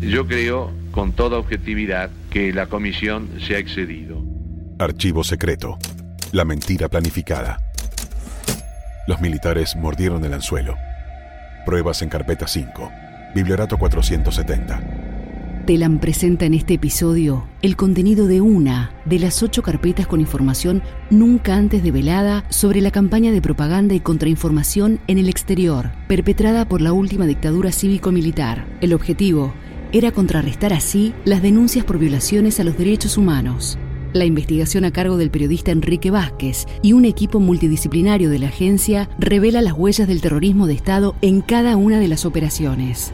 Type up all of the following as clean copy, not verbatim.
Yo creo, con toda objetividad, que la comisión se ha excedido. Archivo secreto. La mentira planificada. Los militares mordieron el anzuelo. Pruebas en carpeta 5. Bibliorato 470. Telam presenta en este episodio el contenido de una de las 8 carpetas con información nunca antes develada sobre la campaña de propaganda y contrainformación en el exterior, perpetrada por la última dictadura cívico-militar. El objetivo era contrarrestar así las denuncias por violaciones a los derechos humanos. La investigación a cargo del periodista Enrique Vázquez y un equipo multidisciplinario de la agencia revela las huellas del terrorismo de Estado en cada una de las operaciones.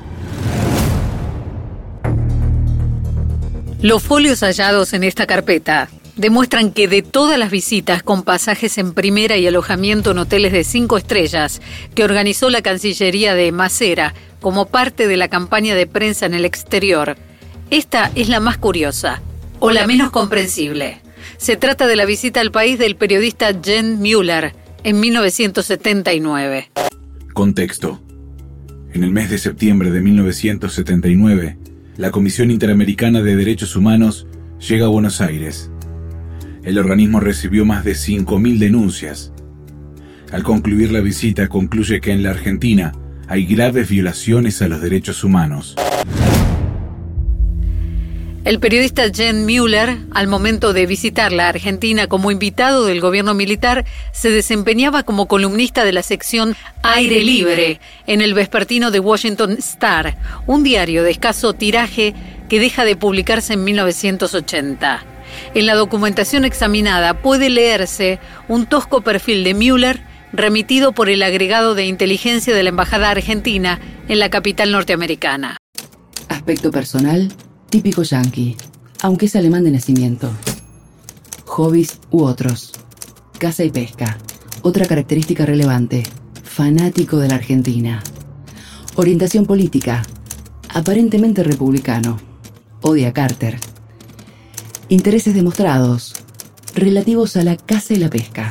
Los folios hallados en esta carpeta demuestran que de todas las visitas con pasajes en primera y alojamiento en hoteles de 5 estrellas que organizó la Cancillería de Macera como parte de la campaña de prensa en el exterior, esta es la más curiosa o la menos comprensible. Se trata de la visita al país del periodista Jen Müller en 1979. Contexto. En el mes de septiembre de 1979, la Comisión Interamericana de Derechos Humanos llega a Buenos Aires. El organismo recibió más de 5.000 denuncias. Al concluir la visita, concluye que en la Argentina hay graves violaciones a los derechos humanos. El periodista Jen Müller, al momento de visitar la Argentina como invitado del gobierno militar, se desempeñaba como columnista de la sección Aire Libre en el vespertino The Washington Star, un diario de escaso tiraje que deja de publicarse en 1980. En la documentación examinada puede leerse un tosco perfil de Müller remitido por el agregado de inteligencia de la Embajada Argentina en la capital norteamericana. Aspecto personal, típico yanqui, aunque es alemán de nacimiento. Hobbies u otros. Caza y pesca. Otra característica relevante. Fanático de la Argentina. Orientación política. Aparentemente republicano. Odia a Carter. Intereses demostrados. Relativos a la caza y la pesca.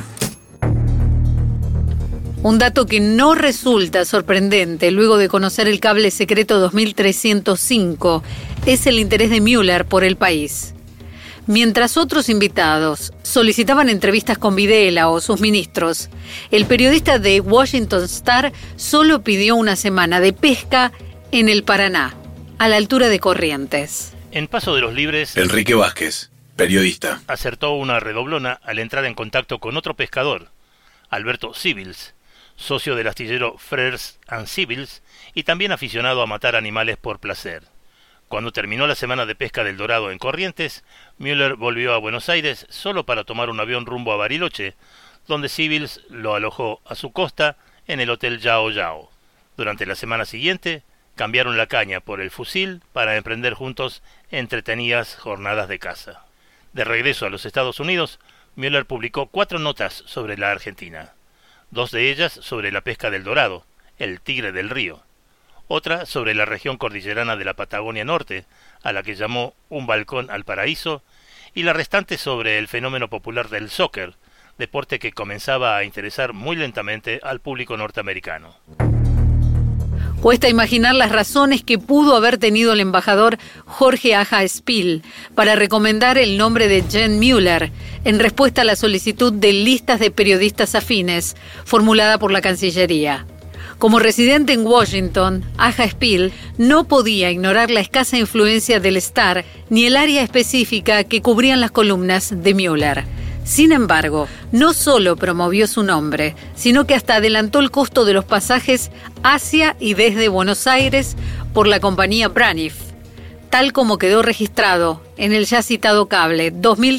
Un dato que no resulta sorprendente luego de conocer el cable secreto 2305 es el interés de Müller por el país. Mientras otros invitados solicitaban entrevistas con Videla o sus ministros, el periodista de Washington Star solo pidió una semana de pesca en el Paraná, a la altura de Corrientes. En Paso de los Libres, Enrique Vázquez, periodista, acertó una redoblona al entrar en contacto con otro pescador, Alberto Sibils, socio del astillero Frères and Sibils y también aficionado a matar animales por placer. Cuando terminó la semana de pesca del Dorado en Corrientes, Müller volvió a Buenos Aires solo para tomar un avión rumbo a Bariloche, donde Sibils lo alojó a su costa en el Hotel Yao Yao. Durante la semana siguiente, cambiaron la caña por el fusil para emprender juntos entretenidas jornadas de caza. De regreso a los Estados Unidos, Müller publicó 4 notas sobre la Argentina. 2 de ellas sobre la pesca del Dorado, el tigre del río. Otra sobre la región cordillerana de la Patagonia Norte, a la que llamó Un balcón al paraíso, y la restante sobre el fenómeno popular del soccer, deporte que comenzaba a interesar muy lentamente al público norteamericano. Cuesta imaginar las razones que pudo haber tenido el embajador Jorge Aja Spiel para recomendar el nombre de Jen Müller en respuesta a la solicitud de listas de periodistas afines formulada por la Cancillería. Como residente en Washington, Aja Spiel no podía ignorar la escasa influencia del Star ni el área específica que cubrían las columnas de Müller. Sin embargo, no solo promovió su nombre, sino que hasta adelantó el costo de los pasajes hacia y desde Buenos Aires por la compañía Braniff, tal como quedó registrado en el ya citado cable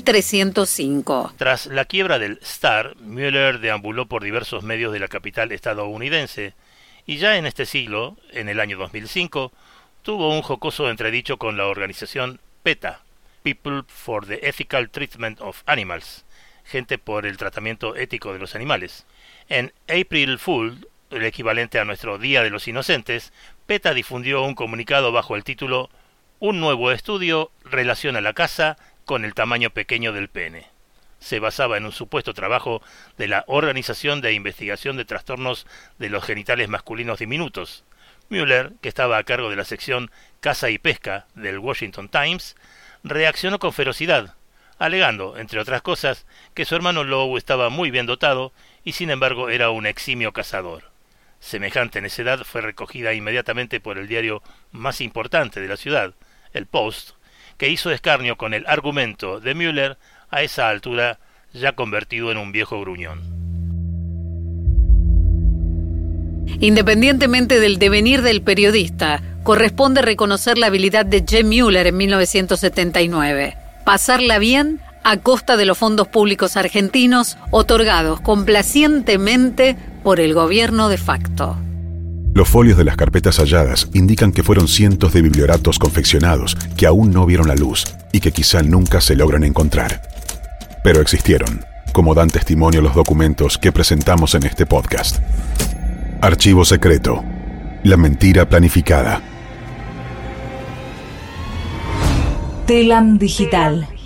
2305. Tras la quiebra del Star, Müller deambuló por diversos medios de la capital estadounidense y ya en este siglo, en el año 2005, tuvo un jocoso entredicho con la organización PETA, People for the Ethical Treatment of Animals, gente por el tratamiento ético de los animales. En April Fool, el equivalente a nuestro Día de los Inocentes, PETA difundió un comunicado bajo el título Un nuevo estudio relaciona la caza con el tamaño pequeño del pene. Se basaba en un supuesto trabajo de la Organización de Investigación de Trastornos de los Genitales Masculinos Diminutos, Mueller, que estaba a cargo de la sección Caza y Pesca del Washington Times, reaccionó con ferocidad, alegando, entre otras cosas, que su hermano Lowe estaba muy bien dotado y sin embargo era un eximio cazador. Semejante necedad fue recogida inmediatamente por el diario más importante de la ciudad, el Post, que hizo escarnio con el argumento de Mueller, a esa altura ya convertido en un viejo gruñón. Independientemente del devenir del periodista, corresponde reconocer la habilidad de Jen Mueller en 1979. Pasarla bien a costa de los fondos públicos argentinos otorgados complacientemente por el gobierno de facto. Los folios de las carpetas halladas indican que fueron cientos de biblioratos confeccionados que aún no vieron la luz y que quizá nunca se logran encontrar. Pero existieron, como dan testimonio los documentos que presentamos en este podcast. Archivo secreto. La mentira planificada. Telam Digital.